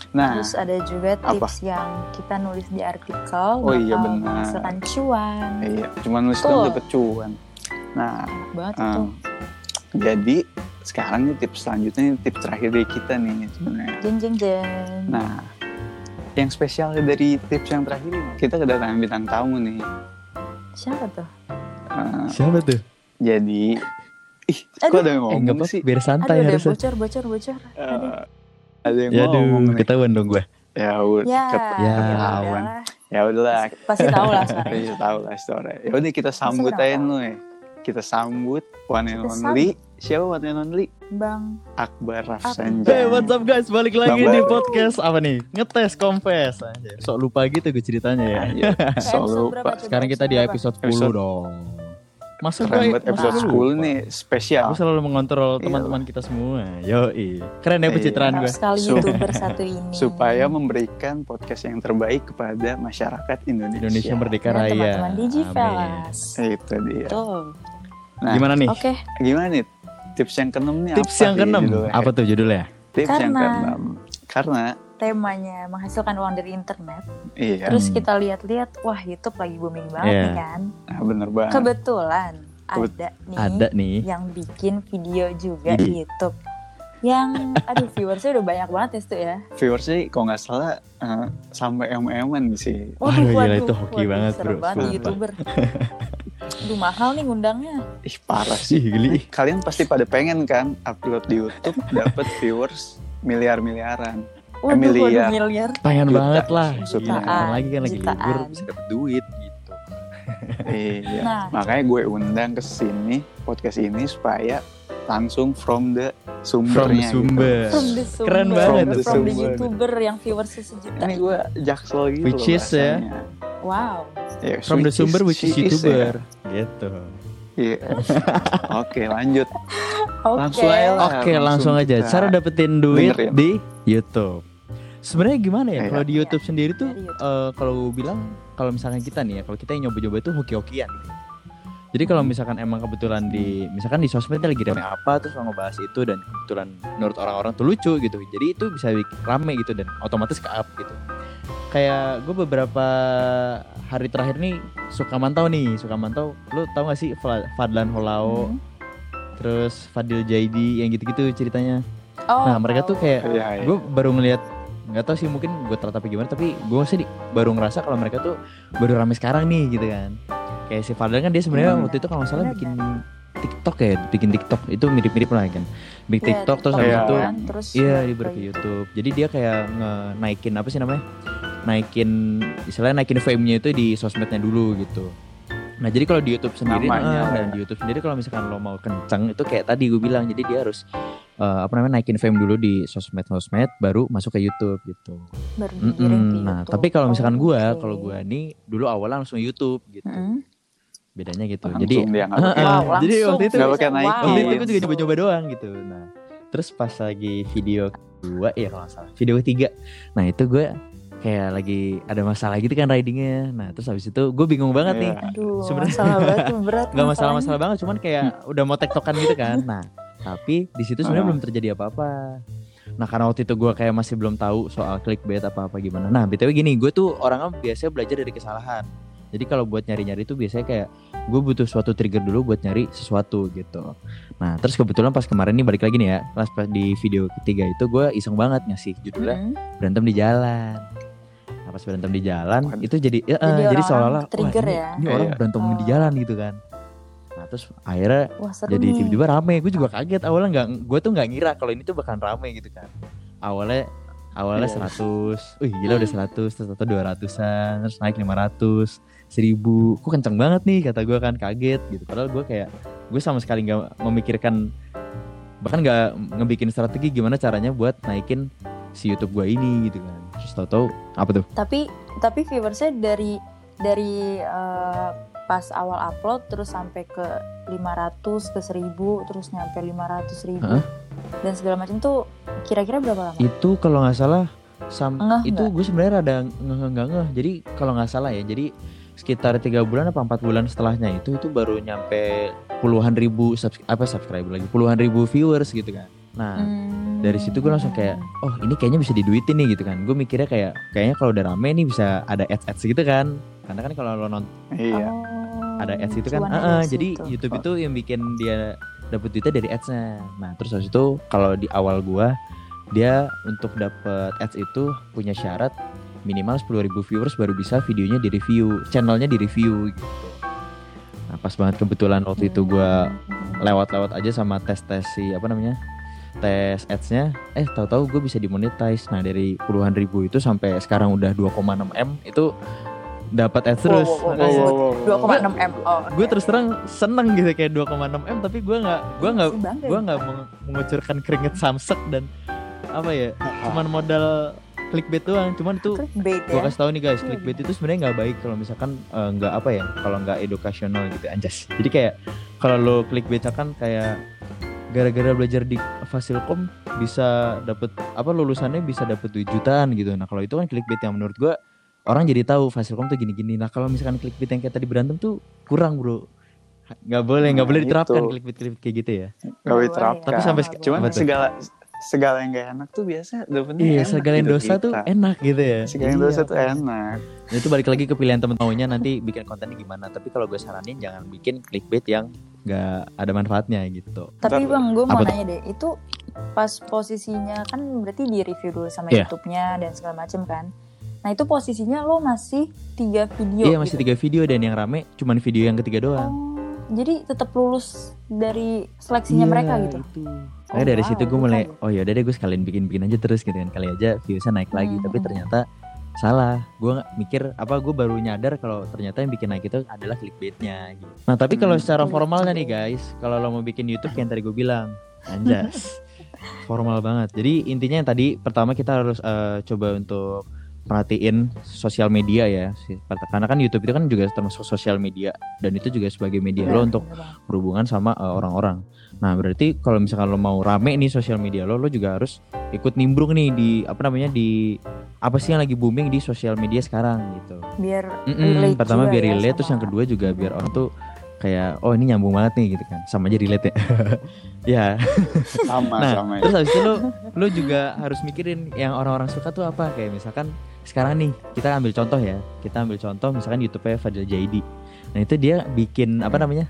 Nah,
Terus ada juga
apa?
tips yang kita nulis di artikel
Oh iya,
bakal
benar.
menghasilkan cuan.
iya, cuma nulis
Betul.
dong dapet cuan. Nah,
Enak banget
eh,
itu.
jadi sekarang nih tips selanjutnya nih, tips terakhir dari kita nih sebenarnya.
Jeng jeng jeng.
Nah, yang spesial dari tips yang terakhir ini, kita kedatangan bintang tamu nih.
Siapa tuh?
Eh,
Siapa tuh?
jadi, ih,
Aduh.
kok ada yang
Eh nggak
ngomong
apa,
sih?
biar santai
Aduh, udah
harusnya.
bocor, bocor, bocor. Aduh.
Eh, ada yang
Ya
ngomong
aduh,
nih.
ketahuan dong gue.
Ya udah,
Ya,
ket-
Ya.
ketahuan.
udahlah.
Ya udahlah,
Pasti tahu lah suaranya.
Iya tahu lah story. Ya udah kita sambut
kenapa?
aja nih. Kita sambut one and
Kita
only. Siapa one and only?
Bang,
Akbar
Akbar.
Rafsanjani.
Hey, what's up guys? Balik lagi
Bang
di
Bang.
podcast apa nih? Ngetes confess. Anjir, sok lupa gitu gue ceritanya ya.
Iya, solo
episode berapa
Pak.
coba?
Sekarang kita di
berapa?
episode
Episode-
sepuluh dong. Masa
Keren
gue
banget episode
masa
sepuluh nih spesial.
Gue selalu mengontrol
Iya.
teman-teman kita semua. Yoi. Keren ya
Iya.
pencitraan
Mantap
gue.
sekali
Sup-
YouTuber satu ini.
Supaya memberikan podcast yang terbaik kepada masyarakat Indonesia.
Indonesia Merdeka
Dan
Raya.
teman-teman
Amin.
Digivelas.
Itu dia.
Betul.
Nah,
Gimana nih?
Oke,
gimana nih? Tips yang keenam nih
Tips
apa
yang
nih
keenam.
judulnya?
Apa tuh judulnya?
Tips yang
Karena-
keenam. Karena
temanya menghasilkan uang dari internet.
iya,
Terus
Hmm.
kita lihat-lihat, wah YouTube lagi booming banget
Iya.
nih kan.
nah, bener banget.
Kebetulan
Kebet-
ada nih
Ada nih.
yang bikin video juga
Ih.
di YouTube. Yang, aduh viewersnya udah banyak banget ya, Stu ya.
Viewers sih kalau nggak salah eh, sampai em-eman sih.
Waduh, gila, itu hoki banget,
serem
bro.
banget nih
Sumpah.
YouTuber. Aduh mahal nih ngundangnya.
Ih parah sih.
Ih, geli.
Kalian pasti pada pengen kan upload di YouTube dapat viewers miliar-miliaran.
Waduh,
Emilia.
waduh miliar.
Pengen
Juta,
banget lah.
maksudnya.
Gila, kapan lagi kan lagi
Jutaan.
libur bisa dapet duit gitu.
Iya.
Nah.
Makanya gue undang ke sini podcast ini supaya langsung from the sumbernya.
From the sumber.
From the sumber.
Keren
banget
From,
tuh
from the
sumber.
YouTuber yang viewersnya sejuta.
Ini gue jaksel gitu
Which
loh
is, ya.
bahasanya.
Wow.
Ya,
From the
which
sumber which is
she
YouTuber.
ya.
Gitu.
Iya. Oke lanjut.
Oke.
Langsung aja lah.
Oke, langsung,
langsung
aja.
kita
Cara dapetin duit
dengerin.
di YouTube. Sebenarnya gimana ya?
Iya.
Kalau di YouTube sendiri tuh,
Dari YouTube.
eh, kalau gue bilang, kalau misalkan kita nih ya, kalau kita yang nyoba-nyoba itu hoki-hokian. Jadi kalau misalkan emang kebetulan di, misalkan di sosmednya lagi rame apa, terus lo ngebahas itu dan kebetulan menurut orang-orang tuh lucu gitu. Jadi itu bisa bikin rame gitu dan otomatis ke-up gitu. Kayak gue beberapa hari terakhir nih suka mantau nih, suka mantau. Lu tau gak sih Fla- Fadlan Holao,
Hmm.
terus Fadil Jaidi yang gitu-gitu ceritanya.
Oh,
Nah mereka tuh
tahu.
kayak
Iya, iya.
gue baru ngelihat, nggak tahu sih mungkin gue tertatapi gimana, tapi gue sih di- baru ngerasa kalau mereka tuh baru rame sekarang nih gitu kan. Kayak si Fadlan kan dia sebenarnya
Hmm.
waktu itu kalau nggak salah
Benar,
bikin TikTok ya, bikin TikTok itu mirip-mirip lah kan. Bikin
Iya,
TikTok terus
TikTok
habis
ya.
itu
kan, terus
iya
baru
dia
ke
baru ke YouTube. Jadi dia kayak nge-naikin apa sih namanya? Naikin istilahnya naikin fame-nya itu di sosmednya dulu gitu. Nah jadi kalau di YouTube sendiri,
Namanya
nah,
lah.
dan di YouTube sendiri kalau misalkan lo mau kenceng itu kayak tadi gue bilang, jadi dia harus eh, apa namanya naikin fame dulu di sosmed-sosmed, baru masuk ke YouTube gitu.
baru digiring
Mm-mm.
ke
Nah
YouTube.
tapi kalau misalkan
Oh,
gue,
oke.
kalau gue nih dulu awalnya langsung YouTube gitu.
Mm-mm.
Bedanya gitu.
Langsung
Jadi
dia nggak pakai.
Heeh,
Wow,
jadi
langsung.
waktu itu
Nggak pakai
Wow.
naikin.
waktu itu gue juga
Langsung.
coba-coba doang gitu. Nah terus pas lagi video kedua ya kalau nggak salah, video ketiga, nah itu gue kayak lagi ada masalah gitu kan ridingnya. Nah terus habis itu gue bingung banget
Iya.
nih.
Aduh,
Sebenarnya-
masalah banget tuh, berat.
Gak
masalahnya.
masalah-masalah banget, cuman kayak udah mau tektokan gitu kan. Nah tapi di situ sebenarnya
Ah.
belum terjadi apa-apa. Nah karena waktu itu gue kayak masih belum tahu soal clickbait apa-apa gimana. Nah btw gini, gue tuh orangnya biasanya belajar dari kesalahan. Jadi kalau buat nyari-nyari itu biasanya kayak gue butuh suatu trigger dulu buat nyari sesuatu gitu. Nah terus kebetulan pas kemarin nih balik lagi nih ya, pas pas di video ketiga itu gue iseng banget ngasih judulnya
Mm-mm.
berantem di jalan. Nah pas berantem di jalan
Waduh.
itu jadi ya, eh,
Jadi
jadi
orang-orang
seolah-olah wah,
trigger
ini,
ya.
ini orang
Iya.
berantem di
Oh.
jalan gitu kan. Nah terus akhirnya
Wah seru
jadi
nih.
tiba-tiba rame. Gue juga kaget awalnya, nggak, gue tuh nggak ngira kalau ini tuh bakalan rame gitu kan. Awalnya awalnya
Iya.
seratus, wih gila udah seratus, terus atau dua ratusan, terus naik lima ratus, seribu, kok kenceng banget nih kata gue kan, kaget gitu. Padahal gue kayak gue sama sekali nggak memikirkan, bahkan nggak ngebikin strategi gimana caranya buat naikin si YouTube gue ini gitu kan. Terus tau-tau apa tuh?
Tapi tapi viewersnya dari dari eh, pas awal upload terus sampai ke lima ratus, ke seribu, terus nyampe lima ratus ribu
Hah?
dan segala macam tuh kira-kira berapa lama?
Itu kalau nggak salah sam
Ngeh
itu gue sebenarnya ada ngeh nggak ngeh. Jadi kalau nggak salah ya, jadi sekitar tiga bulan apa empat bulan setelahnya itu itu baru nyampe puluhan ribu subs- apa subscriber lagi, puluhan ribu viewers gitu kan. Nah
Hmm.
Dari situ gue langsung kayak, oh ini kayaknya bisa diduitin nih gitu kan. Gue mikirnya kayak, kayaknya kalau udah rame nih bisa ada ads-ads gitu kan. Karena kan kalau lo nonton
Iya.
Oh,
ada ads itu kan,
cuan
uh,
dari
jadi
situ.
YouTube itu yang bikin dia dapet duitnya dari ads-nya. Nah terus habis itu kalau di awal gua, dia untuk dapet ads itu punya syarat minimal sepuluh ribu viewers baru bisa videonya di review, channelnya di review gitu. Nah pas banget kebetulan waktu itu gua lewat-lewat aja sama tes-tes si apa namanya, tes ads-nya, eh tahu-tahu gue bisa dimonetize. Nah dari puluhan ribu itu sampai sekarang udah dua koma enam M itu dapat ads terus.
Wow, wow, wow,
Makanya
wow, wow. dua koma enam M. Oh,
gue
oke.
terus terang seneng gitu kayak dua koma enam M, tapi gue nggak gue nggak
Masih bangga
gue
ya?
nggak meng- mengucurkan keringet samsek dan apa ya, cuman modal clickbait doang. Cuman itu
Clickbait
gue
ya.
kasih tahu nih guys, clickbait itu sebenarnya nggak baik kalau misalkan eh, nggak apa ya, kalau nggak edukasional gitu anjas. Jadi kayak kalau lo clickbait kan kayak gara-gara belajar di Fasilkom bisa dapet apa, lulusannya bisa dapet duit jutaan gitu. Nah kalau itu kan clickbait yang menurut gue orang jadi tahu Fasilkom tuh gini-gini. Nah kalau misalkan clickbait yang kayak tadi berantem tuh kurang bro, nggak boleh nggak
Nah,
boleh diterapkan
itu.
clickbait-clickbait kayak gitu ya.
Gak boleh diterapkan.
Tapi sampai
Nggak
Cuman
apa tuh?
segala segala yang gak enak tuh biasa dapetnya
Iya,
enak
segala yang
gitu
dosa tuh
kita.
enak gitu ya.
Segala yang
Iya,
dosa tuh
makanya.
enak.
Nah, itu balik lagi ke pilihan temen maunya nanti bikin kontennya gimana. Tapi kalau gue saranin jangan bikin clickbait yang nggak ada manfaatnya gitu.
Tapi
Ntar-
bang, gue mau
Apa tuh?
nanya deh, itu pas posisinya kan berarti di review dulu sama
Iya.
YouTube-nya dan segala macem kan. Nah itu posisinya lo masih tiga video.
Iya masih
gitu.
tiga video dan yang rame cuman video yang ketiga doang.
Oh, jadi tetap lulus dari seleksinya
Iya,
mereka gitu.
Itu.
Oh,
Nah, dari
wow,
situ gue
itu
mulai,
kaget.
oh yaudah deh gue sekalian bikin-bikin aja terus gitu kan, kali aja viewsnya naik lagi.
Hmm,
Tapi
hmm.
ternyata salah. Gue nggak mikir apa, gue baru nyadar kalau ternyata yang bikin naik itu adalah clickbaitnya gitu. Nah tapi kalau
Hmm.
secara
Oh,
formalnya
gitu.
nih guys, kalau lo mau bikin YouTube yang tadi gue bilang, anjas, formal banget. Jadi intinya yang tadi pertama kita harus eh, coba untuk perhatiin sosial media ya, karena kan YouTube itu kan juga termasuk sosial media dan itu juga sebagai media lo untuk berhubungan sama uh, orang-orang. Nah berarti kalau misalkan lo mau rame nih sosial media lo, lo juga harus ikut nimbrung nih di apa namanya, di apa sih yang lagi booming di sosial media sekarang gitu.
Biar
Mm-mm,
relate
pertama
juga
biar
ya
relate, terus
sama-
yang kedua juga biar orang tuh kayak oh ini nyambung banget nih gitu kan, sama aja relate ya. Ya.
Sama
Nah
sama ya.
terus habis itu lo lo juga harus mikirin yang orang-orang suka tuh apa. Kayak misalkan sekarang nih kita ambil contoh ya, kita ambil contoh misalkan YouTube-nya Fadil Jaidi. Nah itu dia bikin apa namanya,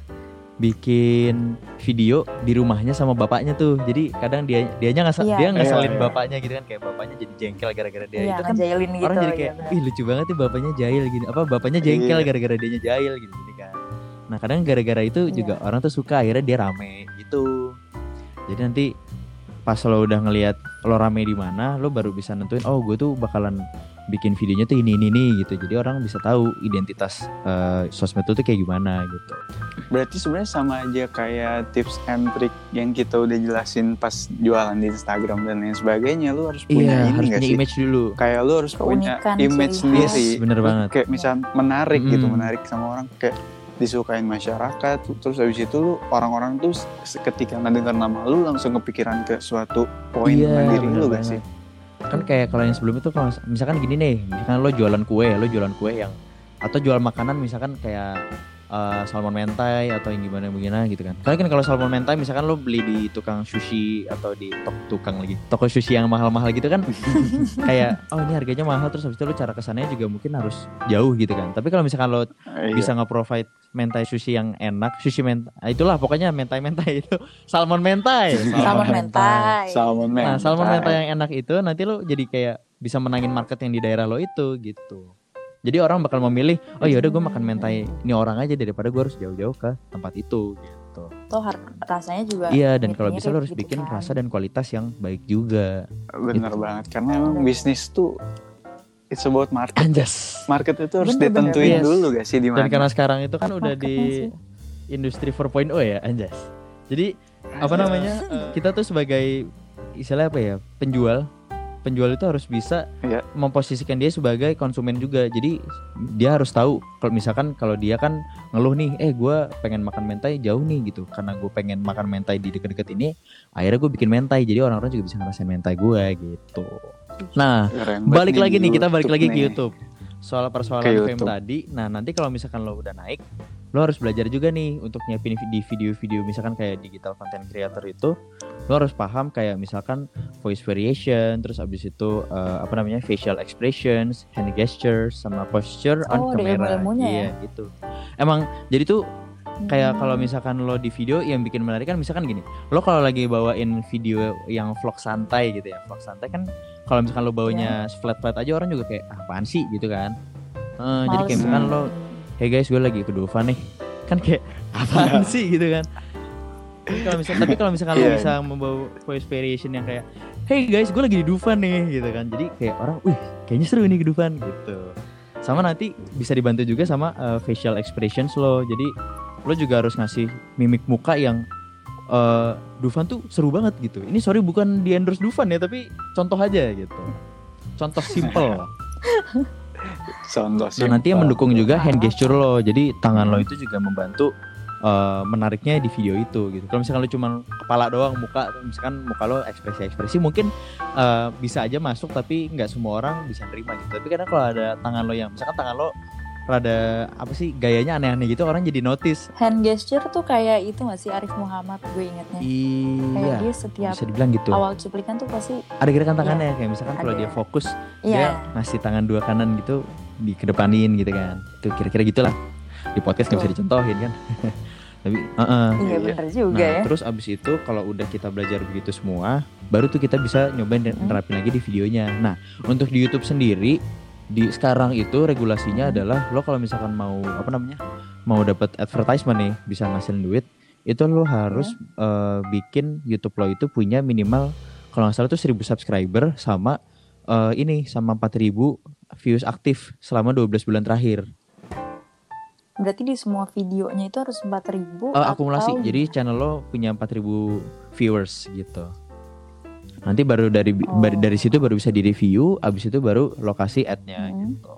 bikin video di rumahnya sama bapaknya tuh. Jadi kadang dia dianya ngasal,
Iya,
dia
iya,
ngeselin
iya.
bapaknya gitu kan, kayak bapaknya jadi jengkel gara-gara dia.
Iya,
Itu kan
ngejailin gitu.
orang jadi kayak,
ya,
ih lucu banget nih bapaknya jahil gini, apa bapaknya jengkel
Iya.
gara-gara dianya jahil gitu, jadi kan. Nah kadang gara-gara itu
Iya.
juga orang tuh suka, akhirnya dia rame gitu. Jadi nanti pas lo udah ngelihat lo rame di mana, lo baru bisa nentuin, oh gue tuh bakalan bikin videonya tuh ini ini nih gitu. Jadi orang bisa tahu identitas eh, sosmed itu tuh kayak gimana gitu.
Berarti sebenarnya sama aja kayak tips and trick yang kita udah jelasin pas jualan di Instagram dan lain sebagainya. Lu harus punya
Iya,
ini
harus
nggak
punya
sih?
image dulu.
Kayak lu harus punya
Keunikan,
image
ciri khas.
sendiri.
Bener
Lu
banget.
Kayak misal menarik gitu,
Mm-mm.
menarik sama orang, kayak disukain masyarakat. Terus habis itu lu orang-orang tuh ketika ngedenger nama lu langsung kepikiran ke suatu poin
Iya,
tentang diri
bener
lu gak
banget.
sih?
Kan kayak kalau yang sebelum itu, kalau misalkan gini nih, misalkan lo jualan kue, lo jualan kue yang atau jual makanan misalkan kayak eh, salmon mentai atau yang gimana gimana gitu kan. Karena kan kalau salmon mentai misalkan lo beli di tukang sushi atau di tok- tukang lagi toko sushi yang mahal-mahal gitu kan, kayak oh ini harganya mahal, terus habis itu lo cara kesananya juga mungkin harus jauh gitu kan. Tapi kalau misalkan lo
Iya.
bisa nge-provide mentai sushi yang enak, sushi mentai, itulah pokoknya mentai-mentai itu, salmon mentai.
Salmon mentai.
Salmon mentai.
Nah, salmon mentai yang enak itu nanti lo jadi kayak bisa menangin market yang di daerah lo itu gitu. Jadi orang bakal memilih, oh yaudah gue makan mentai ini orang aja daripada gue harus jauh-jauh ke tempat itu gitu.
Toh har- rasanya juga
Iya, dan kalau bisa lo
mirip-mirip
harus
gitu
bikin
kan.
rasa dan kualitas yang baik juga.
Bener
Gitu.
banget, karena emang bisnis tuh it's about market.
Anjas.
Market itu harus
Bener-bener.
ditentuin
Yes.
dulu gak sih di
Dan
mana?
karena sekarang itu kan udah
Marketnya
di
sih.
industri empat titik nol ya, Anjas. Jadi apa namanya, eh, kita tuh sebagai istilah apa ya, penjual penjual itu harus bisa
Iya.
memposisikan dia sebagai konsumen juga. Jadi dia harus tahu kalau misalkan kalau dia kan ngeluh nih, eh gue pengen makan mentai jauh nih gitu, karena gue pengen makan mentai di deket-deket ini, akhirnya gue bikin mentai, jadi orang-orang juga bisa ngerasain mentai gue gitu. Nah
Keren banget
balik
nih
lagi
di
nih, kita balik
YouTube
lagi ke
nih.
YouTube. soal persoalan
Ke
fame
YouTube.
tadi. Nah nanti kalau misalkan lo udah naik, lo harus belajar juga nih untuk nyiapin di video-video misalkan kayak digital content creator itu, lo harus paham kayak misalkan voice variation, terus abis itu uh, apa namanya facial expressions, hand gestures, sama posture
Oh,
on
ada
camera.
ilmu-ilmunya
Iya
ya?
gitu. Emang jadi tuh kayak
Hmm.
kalau misalkan lo di video yang bikin menarik kan misalkan gini, lo kalau lagi bawain video yang vlog santai gitu ya, vlog santai kan kalau misalkan lo bawanya flat-flat aja orang juga kayak ah, apaan sih gitu kan. Eh, jadi kayak
Males.
misalkan lo, hey guys gue lagi ke Dufan nih, kan kayak apaan sih gitu kan. Tapi kalau misal tapi kalau misalkan lo
Iya.
bisa membawa voice variation yang kayak hey guys gue lagi di Dufan nih gitu kan, jadi kayak orang wih kayaknya seru nih ke Dufan gitu. Sama nanti bisa dibantu juga sama uh, facial expressions lo, jadi lo juga harus ngasih mimik muka yang uh, Dufan tuh seru banget gitu. Ini sorry bukan di endorse Dufan ya, tapi contoh aja gitu, contoh simple.
Contoh
Nah nanti yang
simpel.
mendukung juga hand gesture lo, jadi tangan lo itu juga membantu uh, menariknya di video itu gitu. Kalau misalkan lo cuma kepala doang, muka, misalkan muka lo ekspresi-ekspresi mungkin uh, bisa aja masuk, tapi nggak semua orang bisa nerima gitu. Tapi kadang kalau ada tangan lo yang misalkan tangan lo rada apa sih gayanya aneh-aneh gitu, orang jadi notice.
Hand gesture tuh kayak itu gak sih Arif Muhammad, gue ingetnya. Kayak
Iya,
dia setiap
bisa dibilang gitu.
awal cuplikan tuh pasti
Ada gerakan tangannya kayak misalkan kalau
ada.
dia fokus
iya.
dia ngasih tangan dua kanan gitu dikedepanin gitu kan. Itu kira-kira gitulah. Di podcast nggak bisa dicontohin kan. Tapi uh-uh.
Iya
Iya.
bener juga
Nah
ya.
terus abis itu kalau udah kita belajar begitu semua, baru tuh kita bisa nyobain dan
Mm.
nerapin lagi di videonya. Nah untuk di YouTube sendiri, di sekarang itu regulasinya
Mm.
adalah lo kalau misalkan mau apa namanya mau dapat advertisement nih, bisa ngasilin duit, itu lo harus eh, bikin YouTube lo itu punya minimal kalau nggak salah tuh seribu subscriber sama eh, ini sama empat ribu views aktif selama dua belas bulan terakhir.
Berarti di semua videonya itu harus empat ribu
Eh, akumulasi.
atau
Jadi channel lo punya empat ribu viewers gitu. Nanti baru dari
Oh.
bar- dari situ baru bisa di review, abis itu baru lokasi ad-nya
Hmm.
gitu.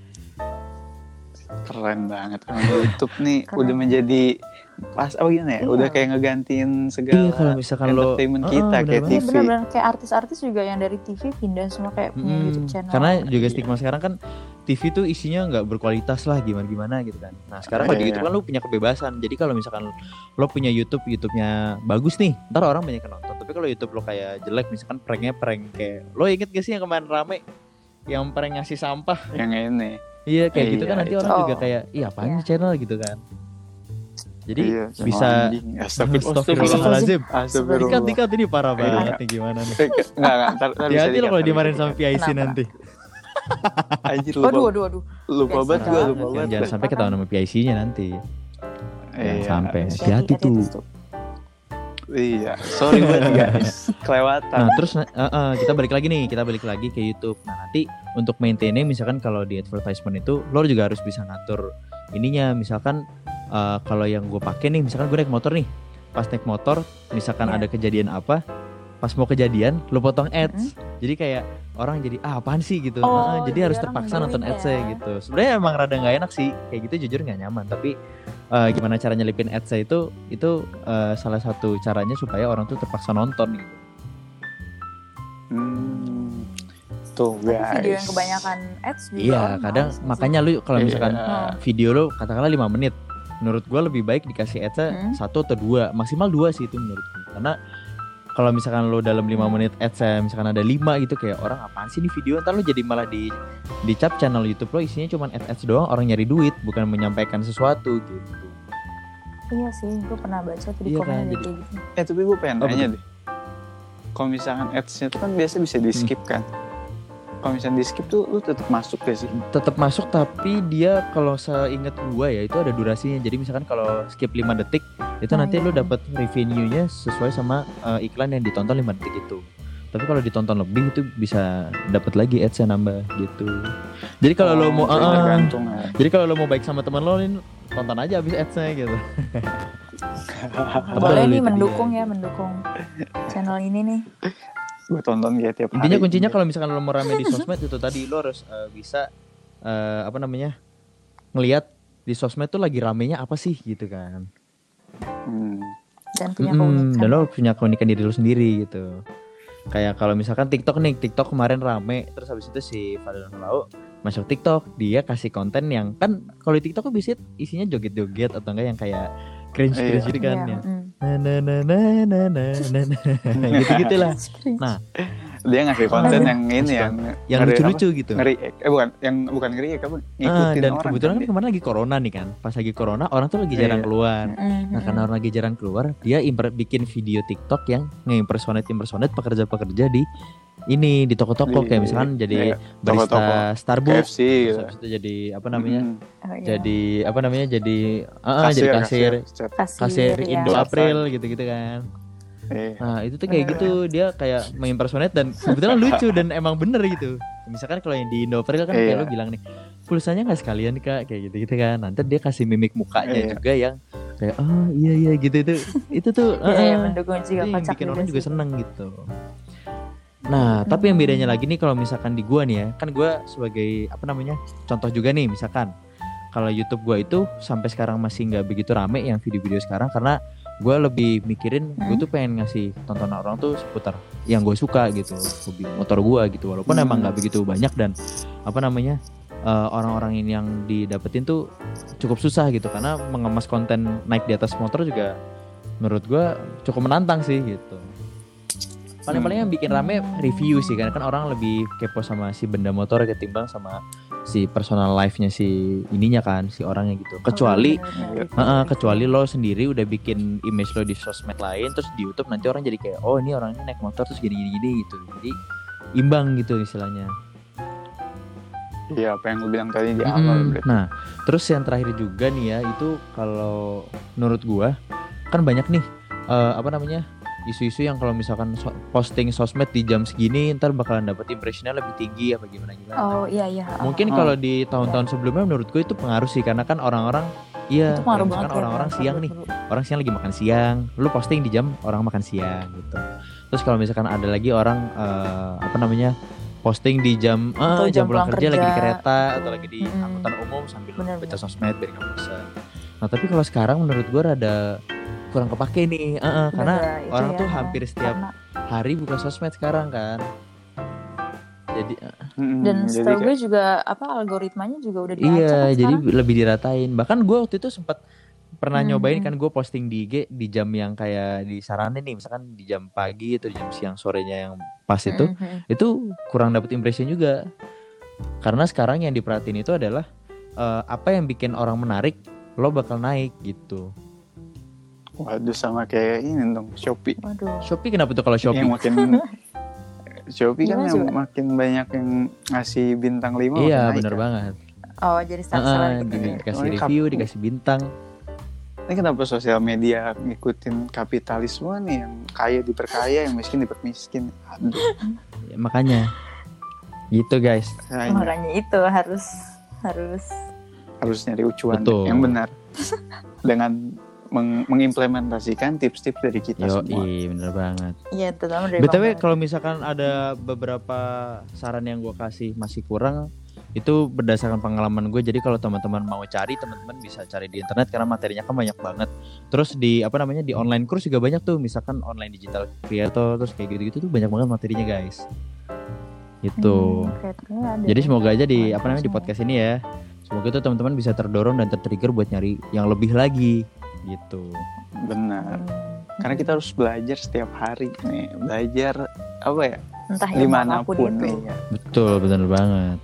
Keren banget kalau YouTube nih
Keren.
udah menjadi pas oh gimana ya,
Iya.
udah kayak ngegantiin segala
Iya kalau misalkan lo
entertainment
Heeh,
kita
bener
kayak
banget.
Iya
T V.
benar-benar kayak artis-artis juga yang dari T V pindah semua kayak punya
Mm-mm.
YouTube channel.
Karena juga
Iya.
stigma sekarang kan T V tuh isinya nggak berkualitas lah gimana-gimana gitu kan. Nah sekarang kalau di
Iya.
YouTube kan lo punya kebebasan. Jadi kalau misalkan lo punya YouTube, YouTube-nya bagus nih, ntar orang banyak yang nonton. Tapi kalau YouTube lo kayak jelek, misalkan pranknya prank kayak lo inget gak sih yang kemarin rame, yang prank ngasih sampah?
Yang ini.
Iya kayak
Iya,
gitu kan nanti
itu.
orang juga
Oh.
kayak iya apaan
Iya.
nih channel gitu kan. Jadi
Iya, channel
bisa
anjing. Astagfirullah.
Astagfirullahaladzim.
Astagfirullah.
Dikat dikat ini parah
Iya.
banget nih gimana nih.
Eh, Enggak, enggak, ntar, ntar bisa
Hati-hati lo
dikat,
kalau
ntar
dimarahin
bisa
sama P I C
Kenapa?
nanti.
dikat. Anjir lupa.
Waduh, waduh, waduh.
Lupa
Biasa
banget gue,
banget.
lupa
Jangan,
banget.
jangan sampai ketahuan sama P I C-nya nanti.
Iya.
Jangan sampai.
Hati-hati,
Hati-hati tuh.
hati-hati.
Iya, sorry banget guys. Kelewatan.
Nah terus uh, uh, kita balik lagi nih, kita balik lagi ke YouTube. Nah nanti untuk maintainnya misalkan kalau di advertisement itu lo juga harus bisa ngatur ininya. Misalkan uh, kalau yang gue pakai nih, misalkan gue naik motor nih, pas naik motor, misalkan
Iya.
ada kejadian apa, pas mau kejadian lo potong ads.
Mm-hmm.
Jadi kayak orang jadi ah apaan sih gitu.
Oh,
Nah, jadi
jadi
harus
orang
terpaksa
nungguin
nonton
ya.
ads-nya gitu. Sebenarnya emang rada nggak enak sih, kayak gitu jujur nggak nyaman. Tapi uh, gimana cara nyelipin ads-nya itu itu uh, salah satu caranya supaya orang tuh terpaksa nonton gitu.
Hmm. Tuh
Tapi
guys.
video yang kebanyakan ads juga
Iya,
orang
kadang
males nggak sih?
makanya lu kalau misalkan
Iya.
video lu katakanlah lima menit, menurut gua lebih baik dikasih ads-nya
Hmm.
satu atau dua, maksimal dua sih itu menurutku. Karena kalau misalkan lu dalam lima menit ads-nya misalkan ada lima gitu kayak orang apaan sih di video, ntar lu jadi malah di dicap channel YouTube lo isinya cuma ads-ads doang, orang nyari duit bukan menyampaikan sesuatu gitu.
Iya sih, gue pernah baca tuh di
Iya
komen
kan,
ada
jadi-
kayak gitu.
Eh tapi gue pengen
Oh,
nanya deh. Kalau misalkan ads-nya tuh kan biasa bisa di skip kan. Kalau misalnya di skip tuh lu tetap masuk gak sih?
Tetap masuk tapi dia kalau seingat gua ya itu ada durasinya. Jadi misalkan kalau skip lima detik itu
Nah,
nanti
iya.
lu dapat revenue-nya sesuai sama uh, iklan yang ditonton lima detik itu. Tapi kalau ditonton lebih itu bisa dapat lagi ads-nya nambah gitu. Jadi kalau lo mau
jadi
uh,
tergantung ya.
jadi kalau lo mau baik sama teman lo nih tonton aja abis ads-nya gitu.
Boleh
Betul,
nih
itu
mendukung
dia.
ya, mendukung channel ini nih.
Gue tonton kayak tiap hari.
Intinya kuncinya kalau misalkan lo mau rame di sosmed itu tadi lo harus uh, bisa uh, apa namanya? ngelihat di sosmed tuh lagi ramenya apa sih gitu kan.
Hmm.
Dan punya
Mm-mm,
keunikan.
dan lo punya keunikan diri lo sendiri gitu. Kayak kalau misalkan TikTok nih, TikTok kemarin rame, terus habis itu si Fadlan Lau masuk TikTok, dia kasih konten yang kan kalau di TikTok tuh bisa isinya joget-joget atau enggak yang kayak cringe-cringe gitu kan
Iya,
ya.
mm.
Na na na na na na na na gitu-gitulah. Nah,
Dia ngasih konten
Oh.
yang ini
Ngasih
yang
yang
ngeri-
lucu-lucu gitu.
apa, ngeri eh bukan yang bukan ngeri ya kamu
Ah,
ngikutin
dan
orang
kebetulan
kan
kan kemarin lagi corona nih kan. Pas lagi corona orang tuh lagi
Iya.
jarang keluar.
Mm,
Nah, karena orang lagi jarang keluar, dia imper- bikin video TikTok yang nge-impersonate impersonate pekerja-pekerja di ini di toko-toko
Di-
kayak misalkan jadi
iya,
barista
toko-toko.
Starbucks,
K F C
terus
gitu.
habis itu jadi apa namanya?
Mm,
Oh, iya.
Jadi apa namanya? Jadi ah, ah, jadi kasir,
kasir.
kasir
ya.
Indo
Iya.
April gitu-gitu kan.
Iya.
Nah, itu tuh kayak
Bener.
gitu, dia kayak mengimpersonate dan kebetulan lucu dan emang bener gitu. Misalkan kalau yang di Indo April kan kayak
Iya.
lu bilang nih, pulsanya nggak sekalian Kak, kayak gitu-gitu kan. Nanti dia kasih mimik mukanya
Iya.
juga yang kayak oh iya iya gitu itu. Itu tuh
Iya, iya,
ah,
mendukung juga
itu yang
kocak
bikin orang juga
sih.
seneng gitu. Nah, tapi yang bedanya lagi nih kalau misalkan di gua nih ya, kan gua sebagai apa namanya contoh juga nih, misalkan kalau YouTube gua itu sampai sekarang masih nggak begitu rame yang video-video sekarang karena gua lebih mikirin gue
Hmm?
tuh pengen ngasih tontonan orang tuh seputar yang gue suka gitu, hobi motor gua gitu, walaupun
Hmm.
emang nggak begitu banyak dan apa namanya eh, orang-orang ini yang didapetin tuh cukup susah gitu karena mengemas konten naik di atas motor juga menurut gua cukup menantang sih gitu. Paling-paling yang bikin rame review sih karena kan orang lebih kepo sama si benda motor ketimbang sama si personal life-nya si ininya kan, si orangnya gitu. Kecuali
Oh, bener-bener.
Heeh, kecuali lo sendiri udah bikin image lo di sosmed lain terus di YouTube nanti orang jadi kayak oh ini orang ini naik motor terus gini-gini gini gitu. Jadi imbang gitu istilahnya.
Iya, apa yang lu bilang tadi di
Mm-mm.
awal berarti.
Nah, terus yang terakhir juga nih ya itu kalau menurut gua kan banyak nih eh, apa namanya isu-isu yang kalau misalkan so- posting sosmed di jam segini ntar bakalan dapet impressionnya lebih tinggi apa gimana gimana.
Oh iya iya. oh.
Mungkin
Oh.
kalau di tahun-tahun sebelumnya menurut gue itu pengaruh sih karena kan orang-orang iya
Itu pengaruh
kayak
banget
misalkan
ya,
orang-orang
kalau
siang nih
dulu.
orang siang lagi makan siang, lu posting di jam orang makan siang gitu. Terus kalau misalkan ada lagi orang eh, apa namanya posting di jam eh,
Atau
jam
jam
pulang
pulang
kerja, lagi di
kerja.
kereta atau lagi di
Mm-mm.
angkutan umum sambil
Bener,
baca
bener.
sosmed biar nggak bosan. Nah tapi kalau sekarang menurut gue rada kurang kepake nih, eh, eh, karena
Bener, itu
orang
ya.
tuh hampir setiap
Karena,
hari buka sosmed sekarang kan. Jadi eh,
Mm-mm,
dan
jadi
setahu
kayak-
gue juga apa algoritmanya juga udah diacak
iya,
kan
jadi
sekarang.
lebih diratain. Bahkan gue waktu itu sempat pernah
Hmm,
nyobain
hmm.
kan gue posting di I G di jam yang kayak disaranin nih, misalkan di jam pagi atau di jam siang sorenya yang pas itu,
Mm, mm,
itu kurang dapet impression juga. Karena sekarang yang diperhatiin itu adalah eh, apa yang bikin orang menarik, lo bakal naik gitu.
waduh sama kayak ini dong Shopee.
Waduh.
Shopee kenapa tuh kalau Shopee?
Yang makin Shopee kan
Gimana
yang
coba?
makin banyak yang ngasih bintang lima
Iya,
makin naik
bener
kan.
banget.
Oh jadi start
Heeh,
seller
di-
gitu ya.
dikasih
Oh, ini
review,
kap-
dikasih bintang.
Ini kenapa sosial media ngikutin kapitalisme nih, yang kaya diperkaya, yang miskin dipermiskin. Aduh,
Ya, makanya gitu guys.
kayaknya
Makanya itu harus harus
harus nyari ucuan
Betul.
yang benar dengan meng- mengimplementasikan tips-tips dari kita
Yo,
semua.
iya bener banget.
ya terutama dari
B T W
Bang
kalau misalkan ada beberapa saran yang gue kasih masih kurang, itu berdasarkan pengalaman gue. Jadi kalau teman-teman mau cari, teman-teman bisa cari di internet karena materinya kan banyak banget. Terus di apa namanya di online course juga banyak tuh, misalkan online digital creator terus kayak gitu-gitu tuh banyak banget materinya guys. Gitu.
Hmm, kayaknya ada
Jadi
deh.
semoga aja di
Online
apa namanya di
course-nya.
podcast ini ya, semoga tuh teman-teman bisa terdorong dan tertrigger buat nyari yang lebih lagi gitu.
Benar.
Hmm.
Karena kita harus belajar setiap hari nih, belajar apa ya,
Entah ilmu
dimanapun
apapun itu.
nih. Ya.
Betul, bener banget.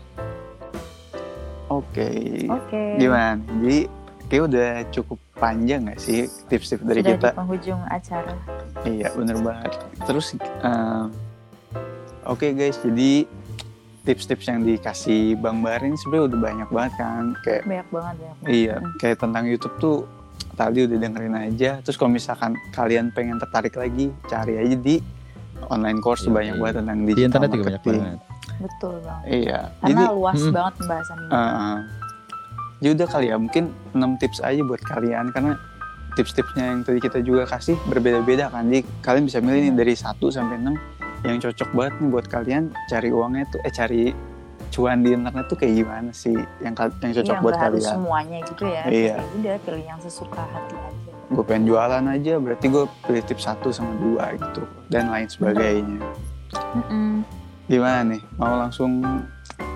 Oke,
Oke.
gimana? Jadi kayak udah cukup panjang gak sih tips-tips dari
Sudah
kita?
di penghujung acara.
Iya, bener banget. Terus, eh, oke guys, jadi tips-tips yang dikasih Bang Barin sebenarnya udah banyak banget kan. Kayak
Banyak banget banyak banget.
iya,
Hmm.
kayak tentang YouTube tuh tadi udah dengerin aja. Terus kalau misalkan kalian pengen tertarik lagi, cari aja di online course tuh
Iya,
banyak
iya.
banget tentang
Di
digital
internet juga banyak
marketing.
banget.
Betul banget.
Iya,
Karena
jadi
luas
mm-mm.
banget pembahasan ini.
uh, ya udah kali ya, mungkin enam tips aja buat kalian karena tips-tipsnya yang tadi kita juga kasih berbeda-beda kan. Jadi kalian bisa milih nih dari satu sampai enam yang cocok banget nih buat kalian cari uangnya tuh eh cari cuan di internet tuh kayak gimana sih yang kal- yang cocok
Iya,
buat
nggak harus
kalian.
semuanya gitu ya.
Iya.
Ya udah pilih yang sesuka hati aja.
Gue pengen jualan aja, berarti gue pilih tips satu sama dua gitu dan lain sebagainya.
Mm-mm.
Gimana nih? Mau langsung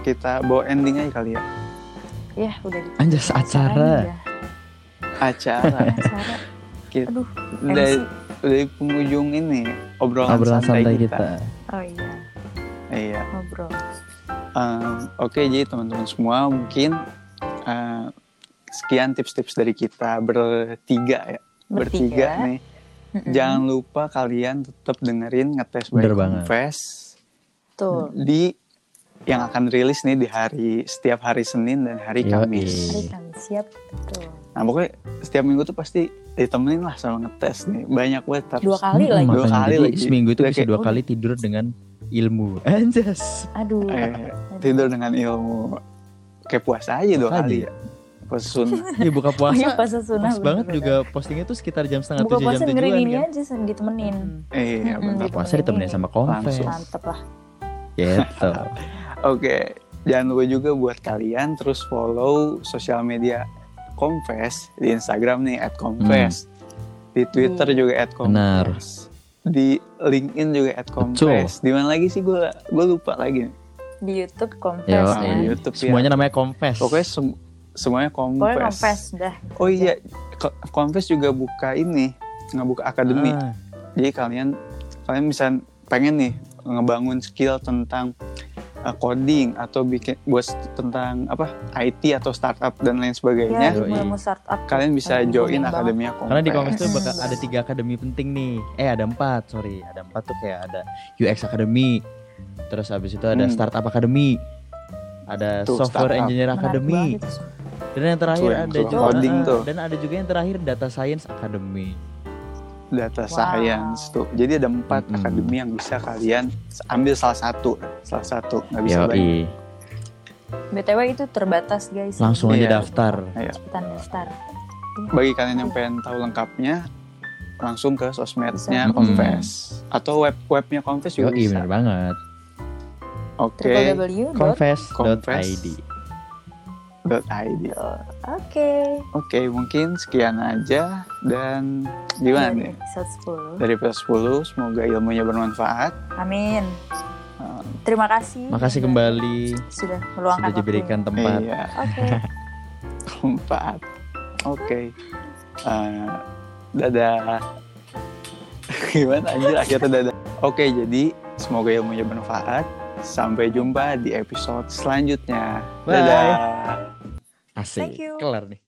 kita bawa ending aja kali ya.
Ya udah di
Anjas acara.
Acara.
Acara.
Kita,
Aduh,
udah,
M C.
udah di penghujung ini obrolan,
Obrolan
santai,
santai
kita.
kita.
Oh iya,
Iya.
ngobrol.
Um, Oke, jadi teman-teman semua mungkin uh, sekian tips-tips dari kita bertiga ya. Bertiga,
Bertiga.
nih.
Mm-mm.
Jangan lupa kalian tetap dengerin Ngetes by
Bener banget.
Confess
Tuh,
di yang akan rilis nih di hari setiap hari Senin dan hari
Yoi.
Kamis.
hari Kamis siap. Tuh.
Nah pokoknya setiap minggu tuh pasti ditemenin lah sama ngetes nih. Banyak banget harus.
Dua kali
Hmm,
lagi.
Dua
makanya.
kali
Jadi
lagi.
seminggu itu
Udah
bisa
kayak-
dua kali tidur dengan ilmu. Anjas.
Aduh.
Eh, tidur dengan ilmu. Kayak puasa aja dua
Makanya.
kali ya. Puasa sunnah.
Iya buka
Oh iya,
puasa.
puasa sunnah.
Pas banget
bener-bener.
juga postingnya tuh sekitar jam setengah
Buka
tujuh jam
puasa
tujuan
dengerin ini
kan.
aja ditemenin.
Iya
Mm-mm.
benar.
Buka puasa ditemenin sama Confess.
Langsung.
Mantep lah.
Gitu.
Oke, jangan lupa juga buat kalian terus follow sosial media Confess di Instagram nih at Confess, di Twitter
Hmm.
juga at Confess, di LinkedIn juga at Confess. Di mana lagi sih gue gue lupa lagi.
Di YouTube
Yo,
Confess
Ah,
ya.
di YouTube ya.
Semuanya namanya Confess.
Pokoknya sem- semuanya
Pokoknya
Confess.
Confess dah.
Oh iya, Ko- Confess juga buka ini, ngebuka akademi.
Ah,
Jadi kalian kalian bisa pengen nih ngebangun skill tentang uh, coding atau bikin buat tentang apa I T atau startup dan lain
Ya,
sebagainya.
Yoi.
ilmu startup.
Kalian bisa
Lagi
join
booming banget.
akademia Confess.
Karena di Confess tuh
Hmm.
bakal ada tiga akademi penting nih. Eh ada empat, sorry. Ada empat tuh kayak ada U X Academy. Terus habis itu ada
Hmm.
Startup Academy. Ada
Tuh,
Software
startup.
Engineer
Menarik
Academy.
banget itu semua.
Dan yang terakhir
Tuh, yang
ada
soal
juga
coding
eh,
tuh.
dan ada juga yang terakhir Data Science Academy.
Data
Wow.
science tuh. Jadi ada empat
Mm-mm.
akademi yang bisa kalian ambil salah satu, salah satu nggak bisa banyak.
Yoi.
B T W itu terbatas guys.
Langsung aja
Iya.
daftar.
Ayo.
Cepetan daftar.
Bagi kalian yang pengen tahu lengkapnya, langsung ke sosmednya
Bisa.
Confess atau web webnya Confess juga
Yoi
bisa.
bener banget.
Oke.
www.
Confess dot
Confess.
I D.
I D.
Oke.
Oke, mungkin sekian aja dan gimana
Dari
nih?
episode sepuluh.
Dari episode sepuluh, semoga ilmunya bermanfaat.
Amin.
Uh,
Terima kasih.
Makasih
sudah-
kembali
Sudah meluangkan
sudah diberikan tempat.
Iya,
Oke.
bermanfaat. Oke. Uh, dadah. Gimana anjir akhirnya dadah. Oke, jadi semoga ilmunya bermanfaat. Sampai jumpa di episode selanjutnya.
Bye.
Dadah.
Asik.
Thank you.
Kelar nih.